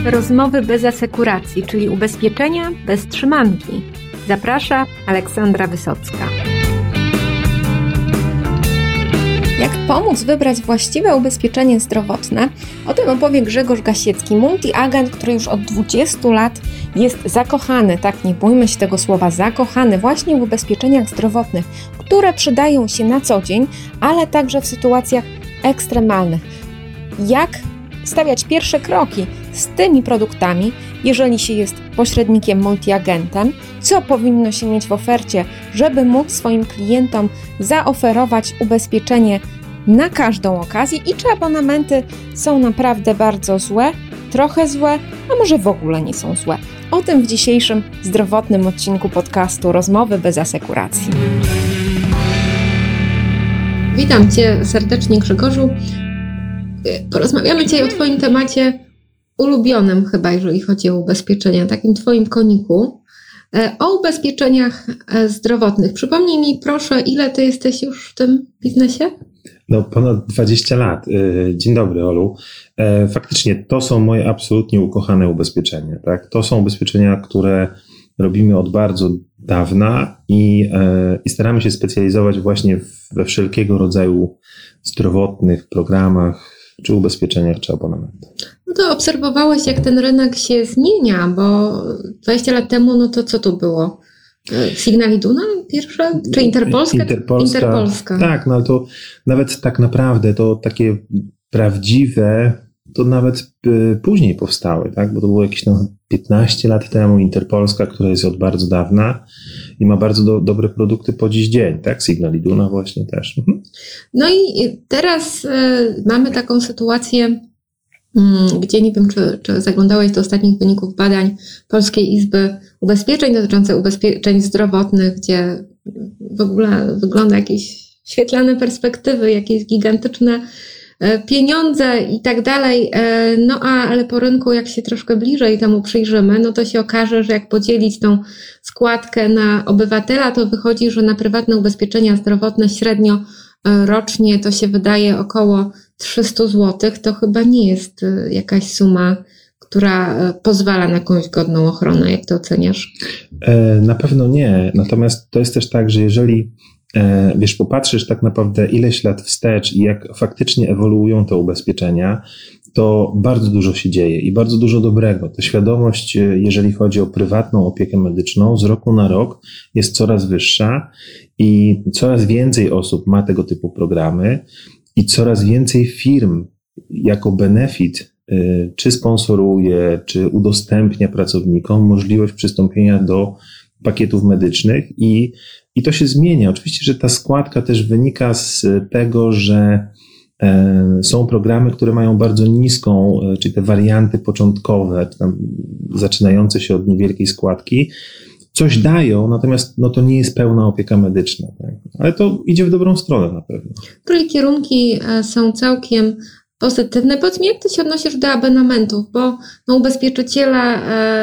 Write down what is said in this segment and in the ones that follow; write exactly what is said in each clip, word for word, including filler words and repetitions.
Rozmowy bez asekuracji, czyli ubezpieczenia bez trzymanki. Zaprasza Aleksandra Wysocka. Jak pomóc wybrać właściwe ubezpieczenie zdrowotne? O tym opowie Grzegorz Gasiecki, multiagent, który już od dwudziestu lat jest zakochany, tak nie bójmy się tego słowa, zakochany właśnie w ubezpieczeniach zdrowotnych, które przydają się na co dzień, ale także w sytuacjach ekstremalnych. Jak stawiać pierwsze kroki z tymi produktami, jeżeli się jest pośrednikiem, multiagentem, co powinno się mieć w ofercie, żeby móc swoim klientom zaoferować ubezpieczenie na każdą okazję i czy abonamenty są naprawdę bardzo złe, trochę złe, a może w ogóle nie są złe. O tym w dzisiejszym zdrowotnym odcinku podcastu Rozmowy bez asekuracji. Witam Cię serdecznie, Grzegorzu. Porozmawiamy dzisiaj o Twoim temacie ulubionym chyba, jeżeli chodzi o ubezpieczenia, takim Twoim koniku, o ubezpieczeniach zdrowotnych. Przypomnij mi proszę, ile Ty jesteś już w tym biznesie? No ponad dwadzieścia lat. Dzień dobry, Olu. Faktycznie to są moje absolutnie ukochane ubezpieczenia. Tak? To są ubezpieczenia, które robimy od bardzo dawna i, i staramy się specjalizować właśnie we wszelkiego rodzaju zdrowotnych programach, czy ubezpieczeniach, czy abonamentach. No to obserwowałeś, jak ten rynek się zmienia, bo dwadzieścia lat temu, no to co tu było? Signal Iduna pierwsze? Czy Interpolska? Interpolska. Interpolska. Tak, no ale to nawet tak naprawdę to takie prawdziwe, to nawet później powstały, tak? Bo to było jakieś no, piętnaście lat temu. Interpolska, która jest od bardzo dawna i ma bardzo do, dobre produkty po dziś dzień, tak? Signal Iduna właśnie też. Mhm. No i teraz y, mamy taką sytuację, y, gdzie nie wiem, czy, czy zaglądałeś do ostatnich wyników badań Polskiej Izby Ubezpieczeń dotyczących ubezpieczeń zdrowotnych, gdzie w ogóle wygląda jakieś świetlane perspektywy, jakieś gigantyczne pieniądze i tak dalej, no a, ale po rynku jak się troszkę bliżej temu przyjrzymy, no to się okaże, że jak podzielić tą składkę na obywatela, to wychodzi, że na prywatne ubezpieczenia zdrowotne średnio rocznie to się wydaje około trzysta złotych, to chyba nie jest jakaś suma, która pozwala na jakąś godną ochronę. Jak to oceniasz? Na pewno nie, natomiast to jest też tak, że jeżeli wiesz, popatrzysz tak naprawdę ileś lat wstecz i jak faktycznie ewoluują te ubezpieczenia, to bardzo dużo się dzieje i bardzo dużo dobrego. Ta świadomość, jeżeli chodzi o prywatną opiekę medyczną, z roku na rok jest coraz wyższa i coraz więcej osób ma tego typu programy i coraz więcej firm jako benefit czy sponsoruje, czy udostępnia pracownikom możliwość przystąpienia do pakietów medycznych i I to się zmienia. Oczywiście, że ta składka też wynika z tego, że są programy, które mają bardzo niską, czyli te warianty początkowe, tam zaczynające się od niewielkiej składki, coś dają, natomiast no to nie jest pełna opieka medyczna. Tak? Ale to idzie w dobrą stronę na pewno. Które kierunki są całkiem pozytywne. Powiedz mi, jak ty się odnosisz do abonamentów, bo no, ubezpieczyciele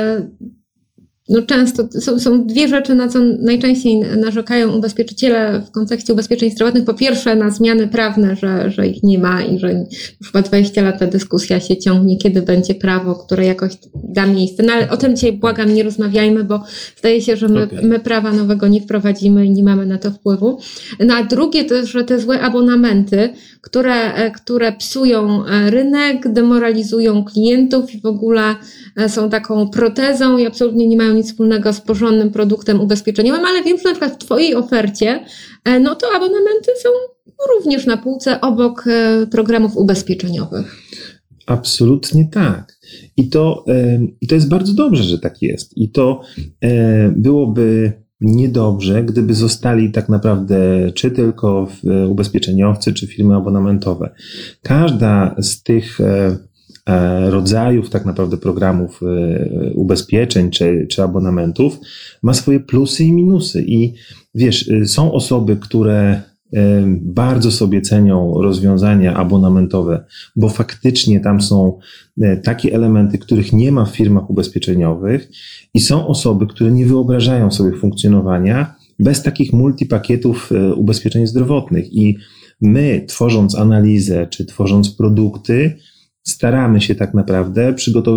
No często są, są dwie rzeczy, na co najczęściej narzekają ubezpieczyciele w kontekście ubezpieczeń zdrowotnych. Po pierwsze na zmiany prawne, że, że ich nie ma i że już chyba dwadzieścia lat ta dyskusja się ciągnie, kiedy będzie prawo, które jakoś da miejsce. No ale o tym dzisiaj błagam, nie rozmawiajmy, bo zdaje się, że my, okay. my prawa nowego nie wprowadzimy i nie mamy na to wpływu. No a drugie to jest, że te złe abonamenty, które, które psują rynek, demoralizują klientów i w ogóle są taką protezą i absolutnie nie mają nic wspólnego z porządnym produktem ubezpieczeniowym, ale wiem, że na przykład w Twojej ofercie no to abonamenty są również na półce obok programów ubezpieczeniowych. Absolutnie tak. I to, i to jest bardzo dobrze, że tak jest. I to byłoby niedobrze, gdyby zostali tak naprawdę czy tylko ubezpieczeniowcy, czy firmy abonamentowe. Każda z tych rodzajów tak naprawdę programów ubezpieczeń czy, czy abonamentów ma swoje plusy i minusy. I wiesz, są osoby, które bardzo sobie cenią rozwiązania abonamentowe, bo faktycznie tam są takie elementy, których nie ma w firmach ubezpieczeniowych i są osoby, które nie wyobrażają sobie funkcjonowania bez takich multipakietów ubezpieczeń zdrowotnych. I my, tworząc analizę czy tworząc produkty, staramy się tak naprawdę przygotowywać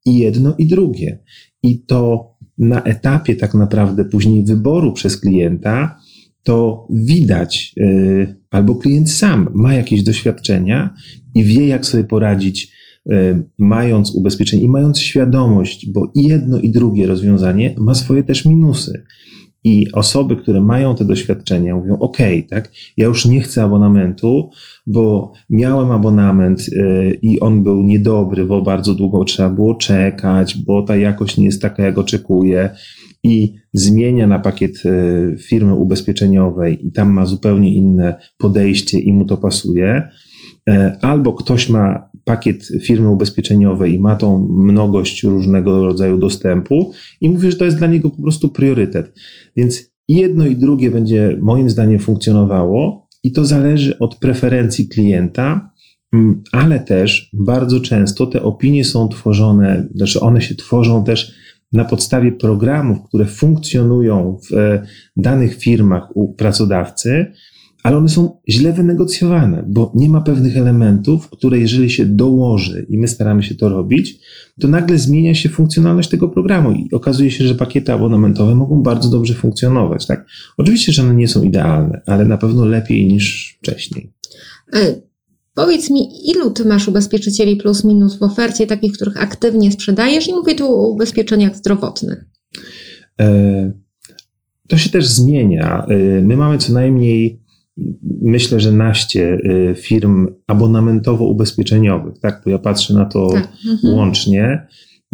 i jedno i drugie. I to na etapie tak naprawdę później wyboru przez klienta to widać, yy, albo klient sam ma jakieś doświadczenia i wie, jak sobie poradzić, yy, mając ubezpieczenie i mając świadomość, bo i jedno i drugie rozwiązanie ma swoje też minusy. I osoby, które mają te doświadczenia, mówią, ok, tak, ja już nie chcę abonamentu, bo miałem abonament yy, i on był niedobry, bo bardzo długo trzeba było czekać, bo ta jakość nie jest taka, jak oczekuję, i zmienia na pakiet yy, firmy ubezpieczeniowej i tam ma zupełnie inne podejście i mu to pasuje. Yy, albo ktoś ma pakiet firmy ubezpieczeniowej i ma tą mnogość różnego rodzaju dostępu i mówi, że to jest dla niego po prostu priorytet. Więc jedno i drugie będzie moim zdaniem funkcjonowało i to zależy od preferencji klienta, ale też bardzo często te opinie są tworzone, znaczy one się tworzą też na podstawie programów, które funkcjonują w danych firmach u pracodawcy, ale one są źle wynegocjowane, bo nie ma pewnych elementów, które jeżeli się dołoży i my staramy się to robić, to nagle zmienia się funkcjonalność tego programu i okazuje się, że pakiety abonamentowe mogą bardzo dobrze funkcjonować. Tak? Oczywiście, że one nie są idealne, ale na pewno lepiej niż wcześniej. E, powiedz mi, ilu ty masz ubezpieczycieli plus minus w ofercie, takich, których aktywnie sprzedajesz? I mówię tu o ubezpieczeniach zdrowotnych. E, to się też zmienia. E, my mamy co najmniej myślę, że naście firm abonamentowo-ubezpieczeniowych, tak, bo ja patrzę na to tak. mhm. łącznie,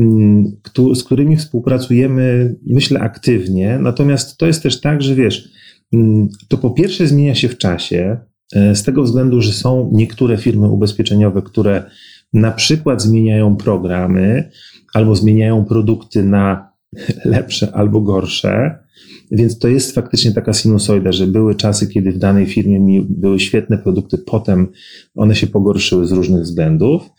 z którymi współpracujemy, myślę, aktywnie. Natomiast to jest też tak, że wiesz, to po pierwsze zmienia się w czasie, z tego względu, że są niektóre firmy ubezpieczeniowe, które na przykład zmieniają programy albo zmieniają produkty na lepsze albo gorsze. Więc to jest faktycznie taka sinusoida, że były czasy, kiedy w danej firmie były świetne produkty, potem one się pogorszyły z różnych względów.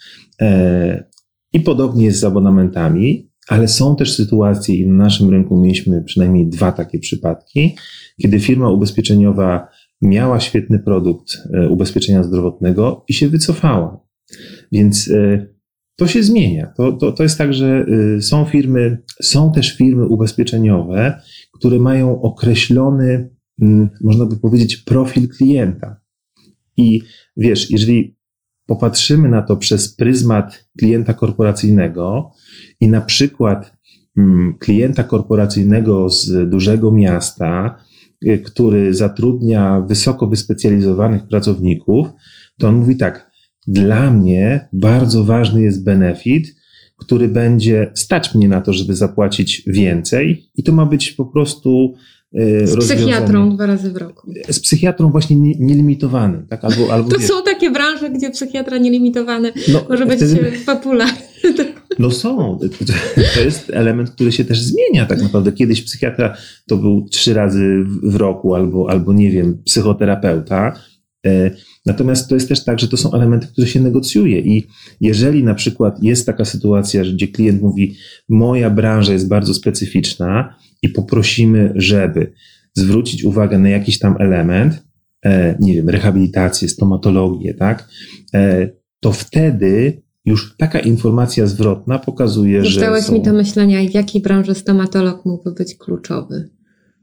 I podobnie jest z abonamentami, ale są też sytuacje i na naszym rynku mieliśmy przynajmniej dwa takie przypadki, kiedy firma ubezpieczeniowa miała świetny produkt ubezpieczenia zdrowotnego i się wycofała. Więc to się zmienia. To, to, to jest tak, że są firmy, są też firmy ubezpieczeniowe, które mają określony, można by powiedzieć, profil klienta. I wiesz, jeżeli popatrzymy na to przez pryzmat klienta korporacyjnego i na przykład klienta korporacyjnego z dużego miasta, który zatrudnia wysoko wyspecjalizowanych pracowników, to on mówi tak, dla mnie bardzo ważny jest benefit, który będzie stać mnie na to, żeby zapłacić więcej i to ma być po prostu e, z psychiatrą dwa razy w roku. Z psychiatrą właśnie nie, nielimitowanym. Tak? Albo, albo to wiesz, są takie branże, gdzie psychiatra nielimitowany no, może być wtedy, popularny. No są. To jest element, który się też zmienia tak naprawdę. Kiedyś psychiatra to był trzy razy w roku albo, albo nie wiem, psychoterapeuta. Natomiast to jest też tak, że to są elementy, które się negocjuje i jeżeli na przykład jest taka sytuacja, gdzie klient mówi, moja branża jest bardzo specyficzna i poprosimy, żeby zwrócić uwagę na jakiś tam element, nie wiem, rehabilitację, stomatologię, tak, to wtedy już taka informacja zwrotna pokazuje, że Dałeś są... mi do myślenia, w jakiej branży stomatolog mógłby być kluczowy.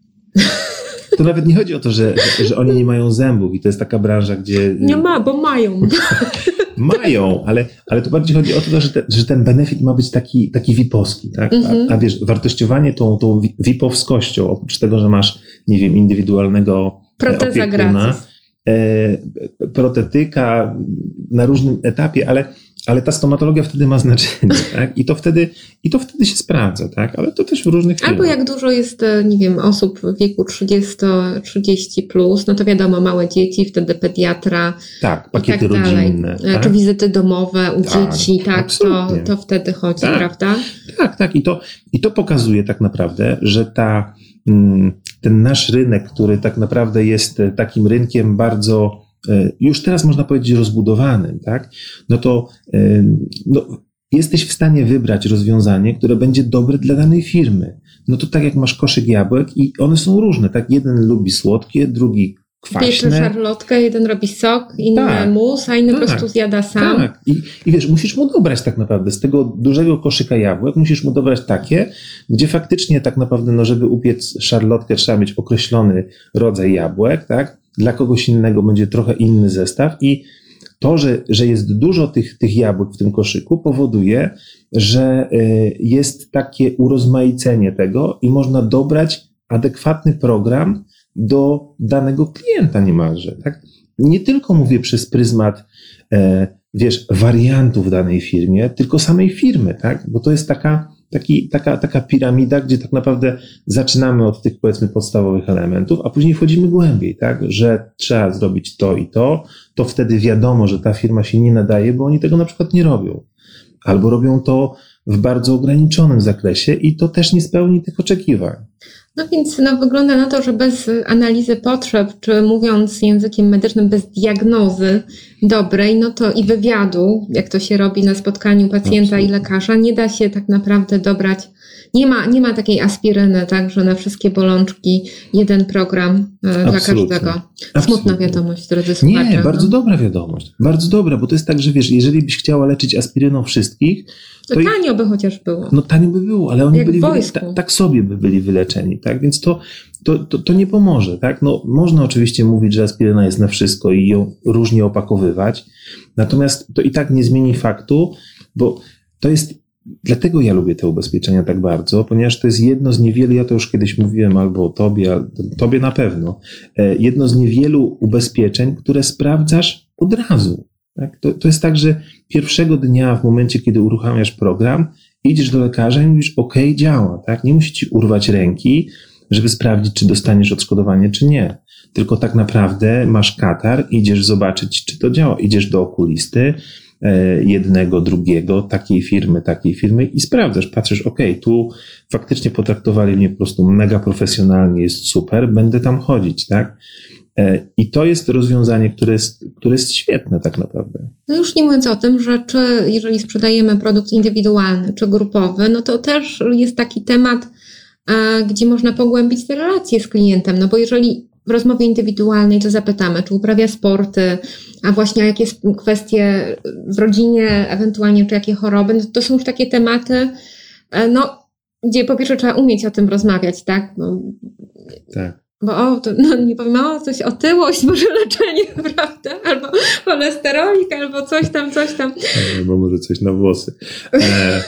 To nawet nie chodzi o to, że, że oni nie mają zębów i to jest taka branża, gdzie... Nie ma, bo mają. Mają, ale, ale to bardziej chodzi o to, że, te, że ten benefit ma być taki, taki vipowski, tak? Mm-hmm. A, a wiesz, wartościowanie tą, tą vipowskością, oprócz tego, że masz, nie wiem, indywidualnego Proteza opiekuna, e, protetyka na różnym etapie, ale Ale ta stomatologia wtedy ma znaczenie, tak? I to wtedy, i to wtedy się sprawdza, tak? Ale to też w różnych firmach. Albo jak dużo jest, nie wiem, osób w wieku trzydzieści plus, no to wiadomo, małe dzieci, wtedy pediatra. Tak, pakiety tak rodzinne. Tak? Czy wizyty domowe u tak, dzieci, tak, to, to wtedy chodzi, tak, prawda? Tak, tak. I to, i to pokazuje tak naprawdę, że ta, ten nasz rynek, który tak naprawdę jest takim rynkiem bardzo już teraz można powiedzieć rozbudowanym, tak? No to no, jesteś w stanie wybrać rozwiązanie, które będzie dobre dla danej firmy. No to tak jak masz koszyk jabłek i one są różne, tak? Jeden lubi słodkie, drugi kwaśne. Piecze szarlotkę, jeden robi sok, inny tak, mus, a inny tak, po prostu zjada sam. Tak. I, I wiesz, musisz mu dobrać tak naprawdę z tego dużego koszyka jabłek, musisz mu dobrać takie, gdzie faktycznie tak naprawdę, no żeby upiec szarlotkę, trzeba mieć określony rodzaj jabłek, tak? Dla kogoś innego będzie trochę inny zestaw i to, że, że jest dużo tych, tych jabłek w tym koszyku, powoduje, że jest takie urozmaicenie tego i można dobrać adekwatny program do danego klienta niemalże. Tak? Nie tylko mówię przez pryzmat, e, wiesz, wariantów w danej firmie, tylko samej firmy, tak? Bo to jest taka, taki, taka, taka piramida, gdzie tak naprawdę zaczynamy od tych, powiedzmy, podstawowych elementów, a później wchodzimy głębiej, tak? Że trzeba zrobić to i to, to wtedy wiadomo, że ta firma się nie nadaje, bo oni tego na przykład nie robią. Albo robią to w bardzo ograniczonym zakresie i to też nie spełni tych oczekiwań. No więc no, wygląda na to, że bez analizy potrzeb, czy mówiąc językiem medycznym, bez diagnozy dobrej, no to i wywiadu, jak to się robi na spotkaniu pacjenta Absolutnie. I lekarza, nie da się tak naprawdę dobrać. Nie ma, nie ma takiej aspiryny, tak, że na wszystkie bolączki jeden program e, dla każdego. Smutna Absolutnie. Wiadomość, drodzy słuchacze. Nie, bardzo dobra wiadomość. Bardzo dobra, bo to jest tak, że wiesz, jeżeli byś chciała leczyć aspiryną wszystkich, to, to tanio by chociaż było. No tanio by było, ale oni jak byli wyle, ta, tak sobie by byli wyleczeni, tak? Więc to, to, to, to nie pomoże, tak? No można oczywiście mówić, że aspiryna jest na wszystko i ją różnie opakowywać, natomiast to i tak nie zmieni faktu, bo to jest dlatego ja lubię te ubezpieczenia tak bardzo, ponieważ to jest jedno z niewielu, ja to już kiedyś mówiłem albo o tobie, a tobie na pewno, jedno z niewielu ubezpieczeń, które sprawdzasz od razu. Tak? To, to jest tak, że pierwszego dnia w momencie, kiedy uruchamiasz program, idziesz do lekarza i mówisz, ok, działa. Tak? Nie musi ci urwać ręki, żeby sprawdzić, czy dostaniesz odszkodowanie, czy nie. Tylko tak naprawdę masz katar, idziesz zobaczyć, czy to działa. Idziesz do okulisty, jednego, drugiego, takiej firmy, takiej firmy i sprawdzasz, patrzysz, ok, tu faktycznie potraktowali mnie po prostu mega profesjonalnie, jest super, będę tam chodzić, tak? I to jest rozwiązanie, które jest, które jest świetne tak naprawdę. No już nie mówiąc o tym, że czy jeżeli sprzedajemy produkt indywidualny czy grupowy, no to też jest taki temat, gdzie można pogłębić te relacje z klientem, no bo jeżeli w rozmowie indywidualnej to zapytamy, czy uprawia sporty, a właśnie jakie kwestie w rodzinie, ewentualnie czy jakie choroby, no to są już takie tematy, no, gdzie po pierwsze trzeba umieć o tym rozmawiać, tak? No, tak. Bo o, to, no nie powiem, o, coś otyłość, może leczenie, prawda? Albo cholesterolik, albo coś tam, coś tam. Albo może coś na włosy. E,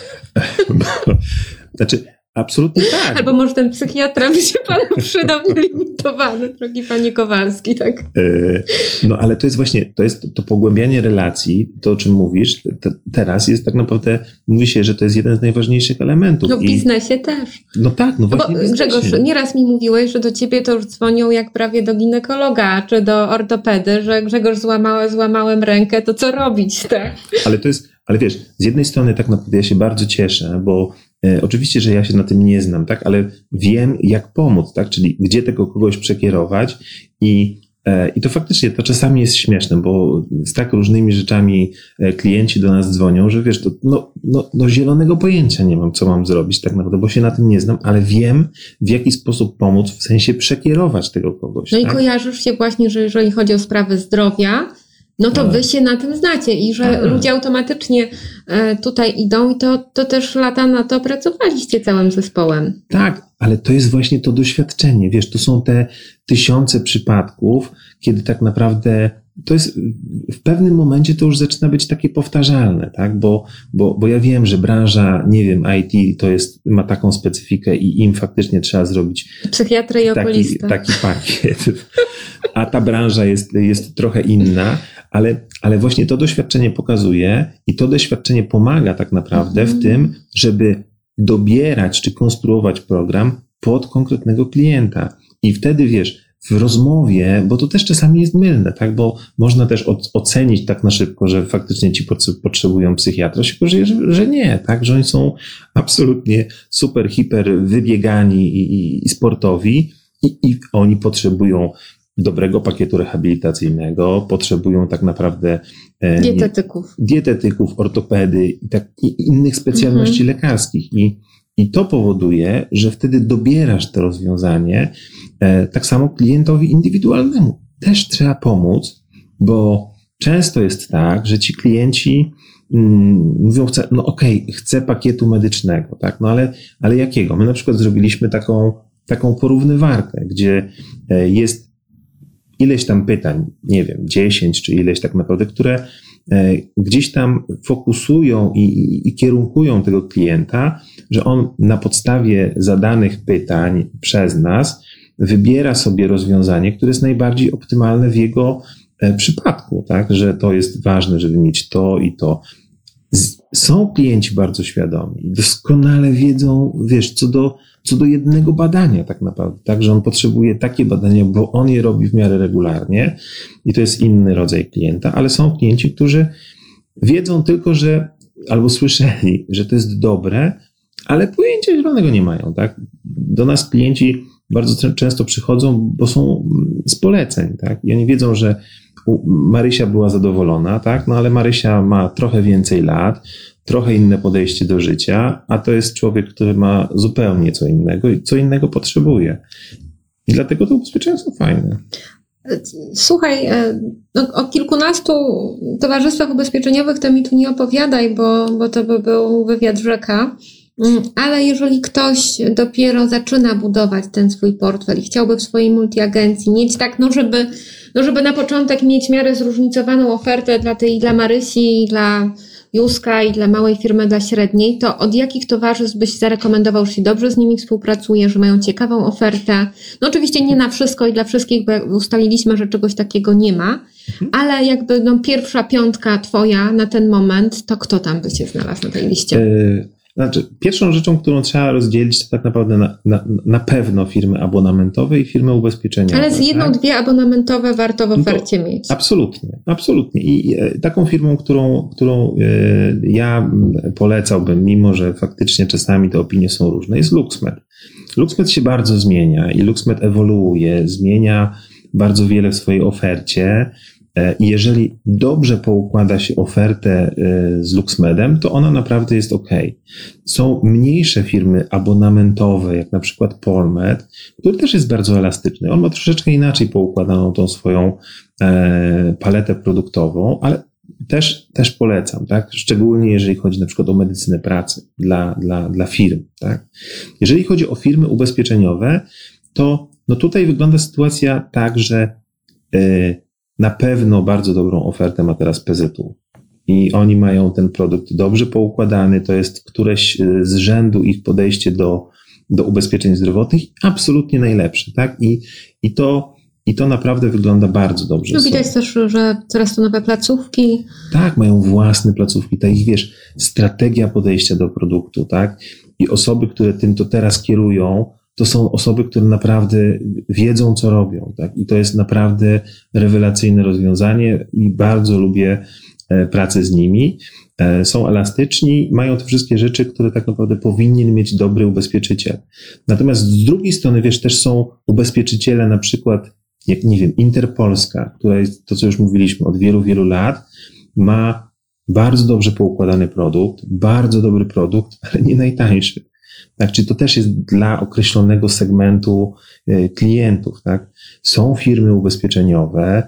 bo, znaczy, absolutnie tak. Albo może ten psychiatra by się panu przydał nielimitowany, drogi panie Kowalski, tak? E, no ale to jest właśnie, to jest to pogłębianie relacji, to o czym mówisz, te, teraz jest tak naprawdę, mówi się, że to jest jeden z najważniejszych elementów. No w biznesie I, też. No tak, no właśnie Bo Grzegorz, nieraz mi mówiłeś, że do ciebie to już dzwonią jak prawie do ginekologa, czy do ortopedy, że Grzegorz złamałem, złamałem rękę, to co robić, tak? Ale to jest, ale wiesz, z jednej strony tak naprawdę ja się bardzo cieszę, bo E, oczywiście, że ja się na tym nie znam, tak, ale wiem, jak pomóc, tak, czyli gdzie tego kogoś przekierować i, e, i to faktycznie to czasami jest śmieszne, bo z tak różnymi rzeczami e, klienci do nas dzwonią, że wiesz, to no, no, no zielonego pojęcia nie mam, co mam zrobić tak naprawdę, bo się na tym nie znam, ale wiem, w jaki sposób pomóc, w sensie przekierować tego kogoś. No tak? I kojarzysz się właśnie, że jeżeli chodzi o sprawy zdrowia, no to wy się na tym znacie i że ludzie automatycznie tutaj idą i to, to też lata na to pracowaliście całym zespołem. Tak, ale to jest właśnie to doświadczenie. Wiesz, to są te tysiące przypadków, kiedy tak naprawdę to jest w pewnym momencie to już zaczyna być takie powtarzalne, tak? Bo, bo, bo ja wiem, że branża, nie wiem, I T to jest, ma taką specyfikę i im faktycznie trzeba zrobić psychiatrę i okulistę. Taki, taki pakiet. A ta branża jest, jest trochę inna, ale, ale właśnie to doświadczenie pokazuje i to doświadczenie pomaga tak naprawdę mhm. w tym, żeby dobierać czy konstruować program pod konkretnego klienta. I wtedy wiesz, w rozmowie, bo to też czasami jest mylne, tak? Bo można też ocenić tak na szybko, że faktycznie ci potrzebują psychiatra, się okazuje, że, że nie, tak? Że oni są absolutnie super, hiper wybiegani i, i, i sportowi i, i oni potrzebują dobrego pakietu rehabilitacyjnego, potrzebują tak naprawdę e, dietetyków, nie, dietetyków, ortopedy i, tak, i innych specjalności mhm. lekarskich. I I to powoduje, że wtedy dobierasz to rozwiązanie e, tak samo klientowi indywidualnemu. też trzeba pomóc, bo często jest tak, że ci klienci mm, mówią, chcę, no okej, okay, chcę pakietu medycznego, tak, no ale, ale jakiego? My na przykład zrobiliśmy taką, taką porównywarkę, gdzie jest ileś tam pytań, nie wiem, dziesięć czy ileś tak naprawdę, które gdzieś tam fokusują i, i, i kierunkują tego klienta, że on na podstawie zadanych pytań przez nas wybiera sobie rozwiązanie, które jest najbardziej optymalne w jego przypadku, tak, że to jest ważne, żeby mieć to i to. Są klienci bardzo świadomi, doskonale wiedzą, wiesz, co do, co do jednego badania tak naprawdę, tak, że on potrzebuje takie badania, bo on je robi w miarę regularnie i to jest inny rodzaj klienta, ale są klienci, którzy wiedzą tylko, że albo słyszeli, że to jest dobre, ale pojęcia zielonego nie mają, tak. Do nas klienci bardzo często przychodzą, bo są z poleceń, tak, i oni wiedzą, że Marysia była zadowolona, tak? No ale Marysia ma trochę więcej lat, trochę inne podejście do życia, a to jest człowiek, który ma zupełnie co innego i co innego potrzebuje. I dlatego te ubezpieczenia są fajne. Słuchaj, no, o kilkunastu towarzystwach ubezpieczeniowych to mi tu nie opowiadaj, bo, bo to by był wywiad rzeka. Ale jeżeli ktoś dopiero zaczyna budować ten swój portfel i chciałby w swojej multiagencji mieć tak, no żeby, no żeby na początek mieć w miarę zróżnicowaną ofertę dla tej, dla Marysi, i dla Józka i dla małej firmy, dla średniej, to od jakich towarzystw byś zarekomendował, że się dobrze z nimi współpracuje, że mają ciekawą ofertę? No oczywiście nie na wszystko i dla wszystkich, bo ustaliliśmy, że czegoś takiego nie ma, mhm. ale jakby no, pierwsza piątka twoja na ten moment, to kto tam by się znalazł na tej liście? Y- Znaczy, pierwszą rzeczą, którą trzeba rozdzielić, to tak naprawdę na, na, na pewno firmy abonamentowe i firmy ubezpieczeniowe. Ale z jedną, tak? dwie abonamentowe warto w ofercie no mieć. Absolutnie, absolutnie. I taką firmą, którą, którą ja polecałbym, mimo że faktycznie czasami te opinie są różne, jest LuxMed. LuxMed się bardzo zmienia i LuxMed ewoluuje, zmienia bardzo wiele w swojej ofercie. I jeżeli dobrze poukłada się ofertę z LuxMedem, to ona naprawdę jest ok. Są mniejsze firmy abonamentowe, jak na przykład Polmed, który też jest bardzo elastyczny. On ma troszeczkę inaczej poukładaną tą swoją paletę produktową, ale też, też polecam, tak? Szczególnie jeżeli chodzi na przykład o medycynę pracy dla, dla, dla firm, tak? Jeżeli chodzi o firmy ubezpieczeniowe, to no tutaj wygląda sytuacja tak, że yy, na pewno bardzo dobrą ofertę ma teraz P Z U i oni mają ten produkt dobrze poukładany, to jest któreś z rzędu ich podejście do, do ubezpieczeń zdrowotnych absolutnie najlepsze, tak? I, i, to, i to naprawdę wygląda bardzo dobrze. No widać też, że coraz to nowe placówki. Tak, mają własne placówki, ta ich, wiesz, strategia podejścia do produktu, tak? I osoby, które tym to teraz kierują, to są osoby, które naprawdę wiedzą, co robią, tak? I to jest naprawdę rewelacyjne rozwiązanie i bardzo lubię pracę z nimi. Są elastyczni, mają te wszystkie rzeczy, które tak naprawdę powinien mieć dobry ubezpieczyciel. Natomiast z drugiej strony, wiesz, też są ubezpieczyciele, na przykład, jak nie wiem, Interpolska, która jest, to co już mówiliśmy, od wielu, wielu lat, ma bardzo dobrze poukładany produkt, bardzo dobry produkt, ale nie najtańszy. Tak, czyli to też jest dla określonego segmentu klientów, tak? Są firmy ubezpieczeniowe,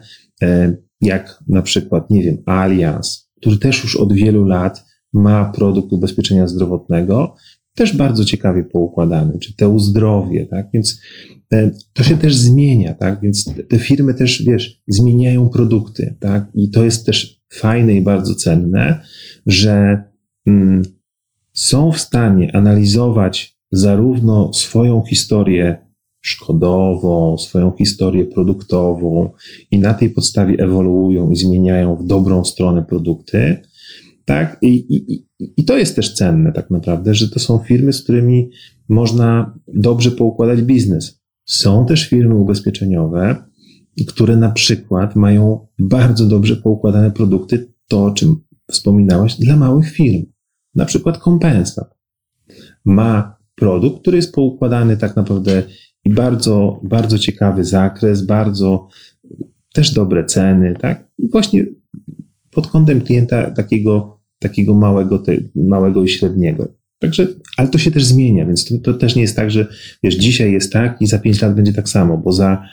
jak na przykład, nie wiem, Allianz, który też już od wielu lat ma produkt ubezpieczenia zdrowotnego, też bardzo ciekawie poukładany, czy te Uzdrowie, tak? Więc to się też zmienia, tak? Więc te firmy też, wiesz, zmieniają produkty, tak? I to jest też fajne i bardzo cenne, że mm, są w stanie analizować zarówno swoją historię szkodową, swoją historię produktową i na tej podstawie ewoluują i zmieniają w dobrą stronę produkty, tak? I, i, i to jest też cenne tak naprawdę, że to są firmy, z którymi można dobrze poukładać biznes. Są też firmy ubezpieczeniowe, które na przykład mają bardzo dobrze poukładane produkty, to o czym wspominałaś, dla małych firm. Na przykład Kompensat ma produkt, który jest poukładany tak naprawdę i bardzo, bardzo ciekawy zakres, bardzo też dobre ceny, tak? I właśnie pod kątem klienta takiego, takiego małego, te, małego i średniego. Także, ale to się też zmienia, więc to, to też nie jest tak, że wiesz, dzisiaj jest tak i za pięć lat będzie tak samo, bo za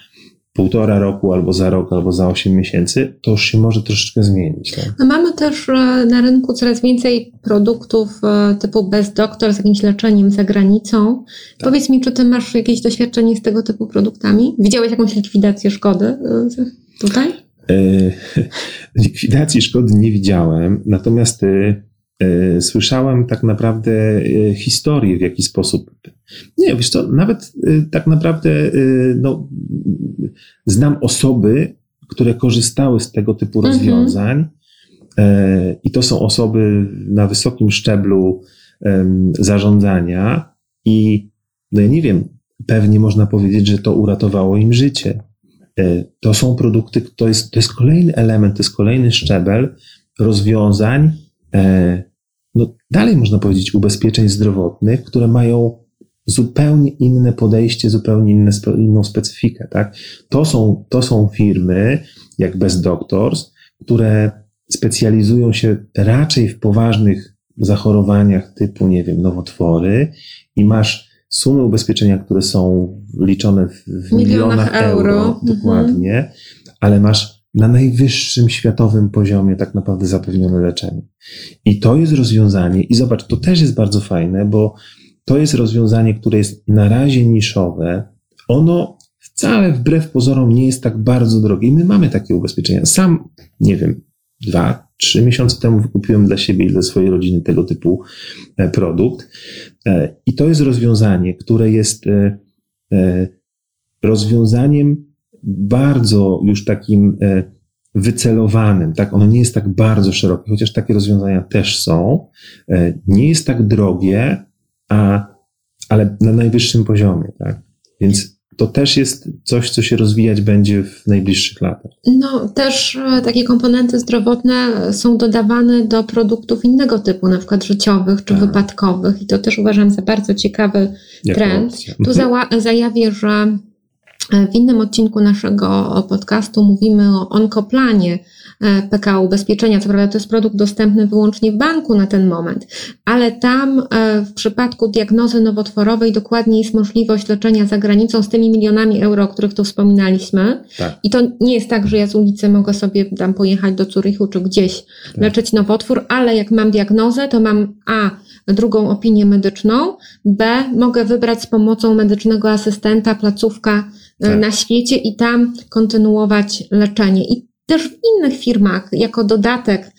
półtora roku, albo za rok, albo za osiem miesięcy, to już się może troszeczkę zmienić. Tak? No mamy też na rynku coraz więcej produktów typu Best Doctor z jakimś leczeniem za granicą. Tak. Powiedz mi, czy ty masz jakieś doświadczenie z tego typu produktami? Widziałeś jakąś likwidację szkody tutaj? Likwidacji szkody nie widziałem, natomiast słyszałem tak naprawdę historię, w jaki sposób. Nie, wiesz co, nawet tak naprawdę no, znam osoby, które korzystały z tego typu rozwiązań mm-hmm. i to są osoby na wysokim szczeblu zarządzania i no ja nie wiem, pewnie można powiedzieć, że to uratowało im życie. To są produkty, to jest, to jest kolejny element, to jest kolejny szczebel rozwiązań, no dalej można powiedzieć ubezpieczeń zdrowotnych, które mają zupełnie inne podejście, zupełnie inne, inną specyfikę, tak? To są, to są firmy jak Best Doctors, które specjalizują się raczej w poważnych zachorowaniach typu, nie wiem, nowotwory i masz sumy ubezpieczenia, które są liczone w, w milionach, milionach euro, euro dokładnie, mhm. ale masz na najwyższym światowym poziomie tak naprawdę zapewnione leczenie. I to jest rozwiązanie, i zobacz, to też jest bardzo fajne, bo to jest rozwiązanie, które jest na razie niszowe. Ono wcale wbrew pozorom nie jest tak bardzo drogie. I my mamy takie ubezpieczenia. Sam, nie wiem, dwa, trzy miesiące temu wykupiłem dla siebie i dla swojej rodziny tego typu produkt. I to jest rozwiązanie, które jest rozwiązaniem bardzo już takim wycelowanym, tak? Ono nie jest tak bardzo szerokie, chociaż takie rozwiązania też są. Nie jest tak drogie, a, ale na najwyższym poziomie, tak? Więc to też jest coś, co się rozwijać będzie w najbliższych latach. No też takie komponenty zdrowotne są dodawane do produktów innego typu, na przykład życiowych czy tak. wypadkowych i to też uważam za bardzo ciekawy jako trend. Opcja. Tu za- zajawię, że w innym odcinku naszego podcastu mówimy o onkoplanie P K O Ubezpieczenia. Co prawda to jest produkt dostępny wyłącznie w banku na ten moment, ale tam w przypadku diagnozy nowotworowej dokładnie jest możliwość leczenia za granicą z tymi milionami euro, o których tu wspominaliśmy. Tak. I to nie jest tak, że ja z ulicy mogę sobie tam pojechać do Zurychu czy gdzieś tak. leczyć nowotwór, ale jak mam diagnozę, to mam A, drugą opinię medyczną, B, mogę wybrać z pomocą medycznego asystenta placówka tak. na świecie i tam kontynuować leczenie. I też w innych firmach, jako dodatek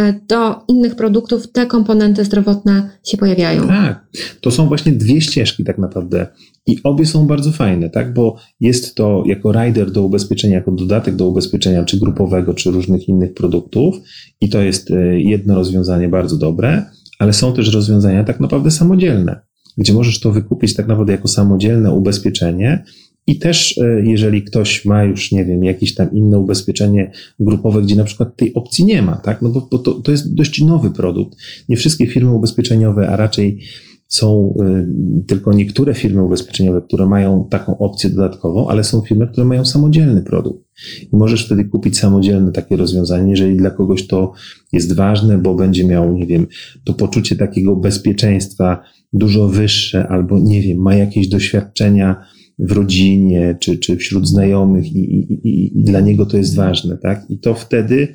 do innych produktów, te komponenty zdrowotne się pojawiają. Tak, to są właśnie dwie ścieżki tak naprawdę i obie są bardzo fajne, tak, bo jest to jako rider do ubezpieczenia, jako dodatek do ubezpieczenia, czy grupowego, czy różnych innych produktów i to jest jedno rozwiązanie bardzo dobre, ale są też rozwiązania tak naprawdę samodzielne, gdzie możesz to wykupić tak naprawdę jako samodzielne ubezpieczenie. I też jeżeli ktoś ma już, nie wiem, jakieś tam inne ubezpieczenie grupowe, gdzie na przykład tej opcji nie ma, tak? No bo, bo to, to jest dość nowy produkt. Nie wszystkie firmy ubezpieczeniowe, a raczej są y, tylko niektóre firmy ubezpieczeniowe, które mają taką opcję dodatkową, ale są firmy, które mają samodzielny produkt. I możesz wtedy kupić samodzielne takie rozwiązanie, jeżeli dla kogoś to jest ważne, bo będzie miał, nie wiem, to poczucie takiego bezpieczeństwa dużo wyższe, albo nie wiem, ma jakieś doświadczenia w rodzinie, czy, czy wśród znajomych i, i, i dla niego to jest ważne, tak? I to wtedy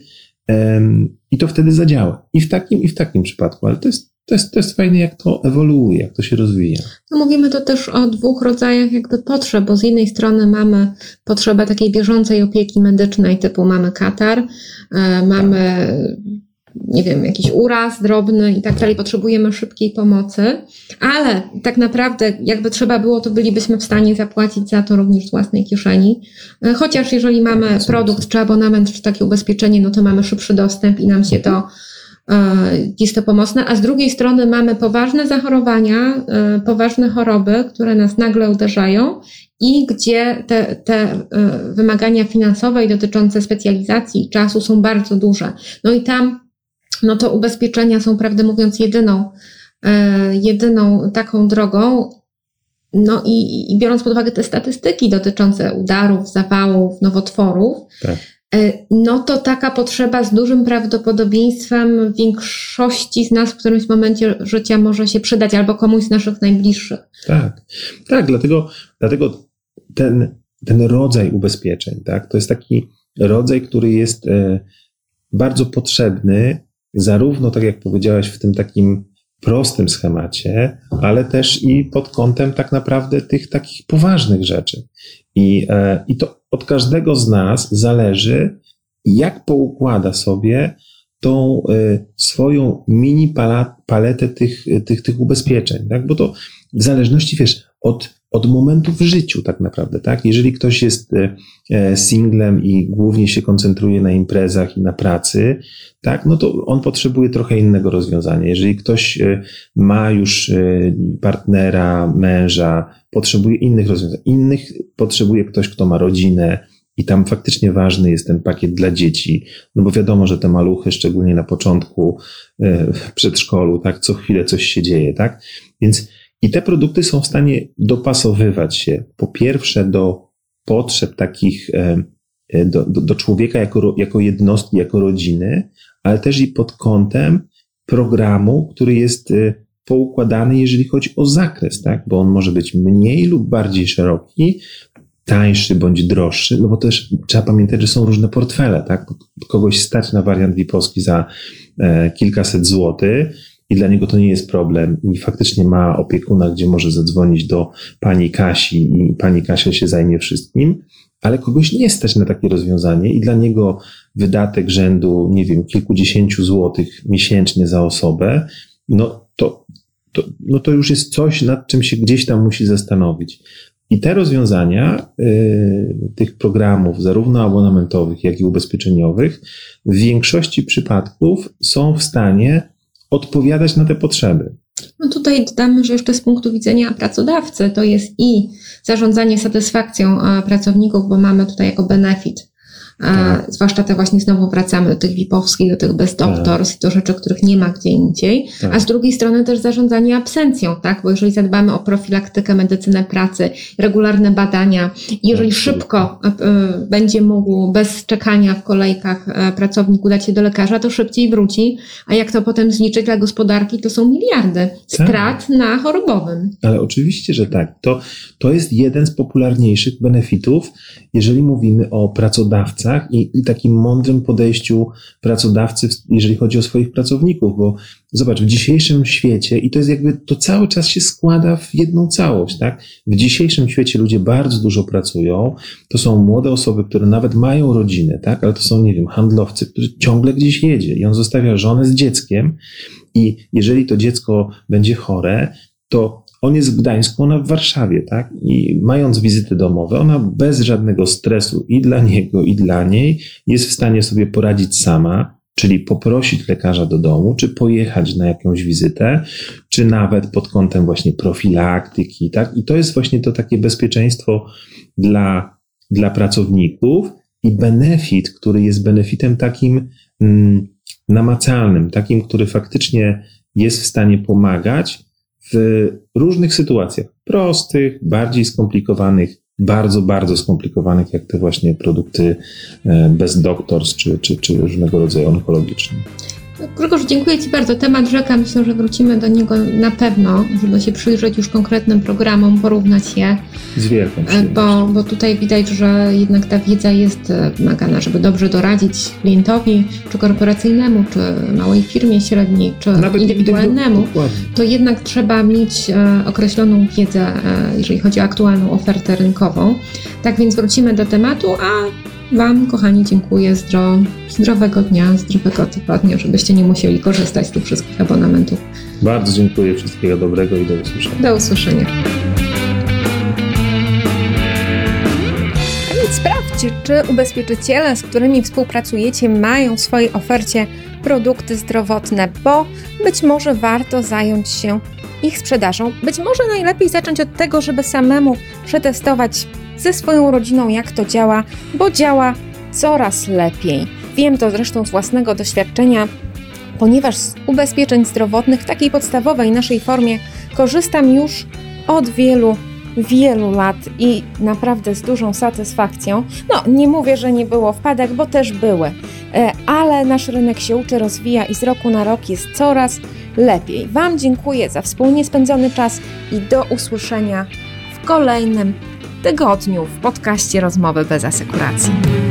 um, i to wtedy zadziała. I w takim, i w takim przypadku, ale to jest, to jest, to jest fajne, jak to ewoluuje, jak to się rozwija. No mówimy tu też o dwóch rodzajach jakby potrzeb, bo z jednej strony mamy potrzebę takiej bieżącej opieki medycznej, typu mamy katar, e, mamy nie wiem, jakiś uraz drobny i tak dalej, potrzebujemy szybkiej pomocy, ale tak naprawdę jakby trzeba było, to bylibyśmy w stanie zapłacić za to również z własnej kieszeni. Chociaż jeżeli mamy produkt, czy abonament, czy takie ubezpieczenie, no to mamy szybszy dostęp i nam się to jest to pomocne, a z drugiej strony mamy poważne zachorowania, poważne choroby, które nas nagle uderzają i gdzie te, te wymagania finansowe i dotyczące specjalizacji i czasu są bardzo duże. No i tam no to ubezpieczenia są, prawdę mówiąc, jedyną, e, jedyną taką drogą. No i, i biorąc pod uwagę te statystyki dotyczące udarów, zawałów, nowotworów, tak. e, no to taka potrzeba z dużym prawdopodobieństwem większości z nas w którymś momencie życia może się przydać albo komuś z naszych najbliższych. Tak, tak, dlatego, dlatego ten ten rodzaj ubezpieczeń, tak? To jest taki rodzaj, który jest bardzo potrzebny, zarówno, tak jak powiedziałaś, w tym takim prostym schemacie, ale też i pod kątem tak naprawdę tych takich poważnych rzeczy. I, i to od każdego z nas zależy, jak poukłada sobie tą swoją mini paletę tych, tych, tych ubezpieczeń, tak? Bo to w zależności, wiesz, od od momentu w życiu tak naprawdę, tak? Jeżeli ktoś jest singlem i głównie się koncentruje na imprezach i na pracy, tak? No to on potrzebuje trochę innego rozwiązania. Jeżeli ktoś ma już partnera, męża, potrzebuje innych rozwiązań. Innych potrzebuje ktoś, kto ma rodzinę i tam faktycznie ważny jest ten pakiet dla dzieci, no bo wiadomo, że te maluchy, szczególnie na początku w przedszkolu, tak? Co chwilę coś się dzieje, tak? Więc i te produkty są w stanie dopasowywać się po pierwsze do potrzeb takich, do, do, do człowieka jako, jako jednostki, jako rodziny, ale też i pod kątem programu, który jest poukładany, jeżeli chodzi o zakres, tak? Bo on może być mniej lub bardziej szeroki, tańszy bądź droższy, no bo też trzeba pamiętać, że są różne portfele, tak? Kogoś stać na wariant V I P-owski za e, kilkaset złotych, i dla niego to nie jest problem i faktycznie ma opiekuna, gdzie może zadzwonić do pani Kasi i pani Kasia się zajmie wszystkim, ale kogoś nie stać na takie rozwiązanie i dla niego wydatek rzędu, nie wiem, kilkudziesięciu złotych miesięcznie za osobę, no to, to, no to już jest coś, nad czym się gdzieś tam musi zastanowić. I te rozwiązania y, tych programów, zarówno abonamentowych, jak i ubezpieczeniowych, w większości przypadków są w stanie odpowiadać na te potrzeby. No tutaj dodamy, że jeszcze z punktu widzenia pracodawcy to jest i zarządzanie satysfakcją pracowników, bo mamy tutaj jako benefit, tak. Zwłaszcza te właśnie znowu wracamy do tych V I P-owskich, do tych bez doctors, tak. Do rzeczy, których nie ma gdzie indziej, tak. A z drugiej strony też zarządzanie absencją, tak? Bo jeżeli zadbamy o profilaktykę, medycynę pracy, regularne badania, jeżeli tak, szybko y, będzie mógł bez czekania w kolejkach y, pracownik udać się do lekarza, to szybciej wróci, a jak to potem zliczyć dla gospodarki, to są miliardy strat tak. Na chorobowym. Ale oczywiście, że tak. To, to jest jeden z popularniejszych benefitów, jeżeli mówimy o pracodawcach, I, i takim mądrym podejściu pracodawcy, jeżeli chodzi o swoich pracowników, bo zobacz, w dzisiejszym świecie, i to jest jakby, to cały czas się składa w jedną całość, tak? W dzisiejszym świecie ludzie bardzo dużo pracują, to są młode osoby, które nawet mają rodzinę, tak? Ale to są, nie wiem, handlowcy, którzy ciągle gdzieś jedzie i on zostawia żonę z dzieckiem i jeżeli to dziecko będzie chore, to on jest w Gdańsku, ona w Warszawie, tak? I mając wizyty domowe, ona bez żadnego stresu i dla niego, i dla niej jest w stanie sobie poradzić sama, czyli poprosić lekarza do domu, czy pojechać na jakąś wizytę, czy nawet pod kątem właśnie profilaktyki, tak? I to jest właśnie to takie bezpieczeństwo dla, dla pracowników i benefit, który jest benefitem takim mm, namacalnym, takim, który faktycznie jest w stanie pomagać w różnych sytuacjach, prostych, bardziej skomplikowanych, bardzo, bardzo skomplikowanych, jak te właśnie produkty bez doctors, czy, czy, czy różnego rodzaju onkologiczne. Grzegorz, dziękuję Ci bardzo. Temat rzeka, myślę, że wrócimy do niego na pewno, żeby się przyjrzeć już konkretnym programom, porównać je. Z wielką bo, bo tutaj widać, że jednak ta wiedza jest wymagana, żeby dobrze doradzić klientowi, czy korporacyjnemu, czy małej firmie średniej, czy nawet indywidualnemu. To jednak trzeba mieć określoną wiedzę, jeżeli chodzi o aktualną ofertę rynkową. Tak więc wrócimy do tematu, a Wam, kochani, dziękuję. Zdro, zdrowego dnia, zdrowego tygodnia, żebyście nie musieli korzystać z tych wszystkich abonamentów. Bardzo dziękuję. Wszystkiego dobrego i do usłyszenia. Do usłyszenia. A więc sprawdźcie, czy ubezpieczyciele, z którymi współpracujecie, mają w swojej ofercie produkty zdrowotne, bo być może warto zająć się ich sprzedażą. Być może najlepiej zacząć od tego, żeby samemu przetestować ze swoją rodziną, jak to działa, bo działa coraz lepiej. Wiem to zresztą z własnego doświadczenia, ponieważ z ubezpieczeń zdrowotnych w takiej podstawowej naszej formie korzystam już od wielu, wielu lat i naprawdę z dużą satysfakcją. No, nie mówię, że nie było wpadek, bo też były, ale nasz rynek się uczy, rozwija i z roku na rok jest coraz lepiej. Wam dziękuję za wspólnie spędzony czas i do usłyszenia w kolejnym tygodniu w podcaście Rozmowy bez asekuracji.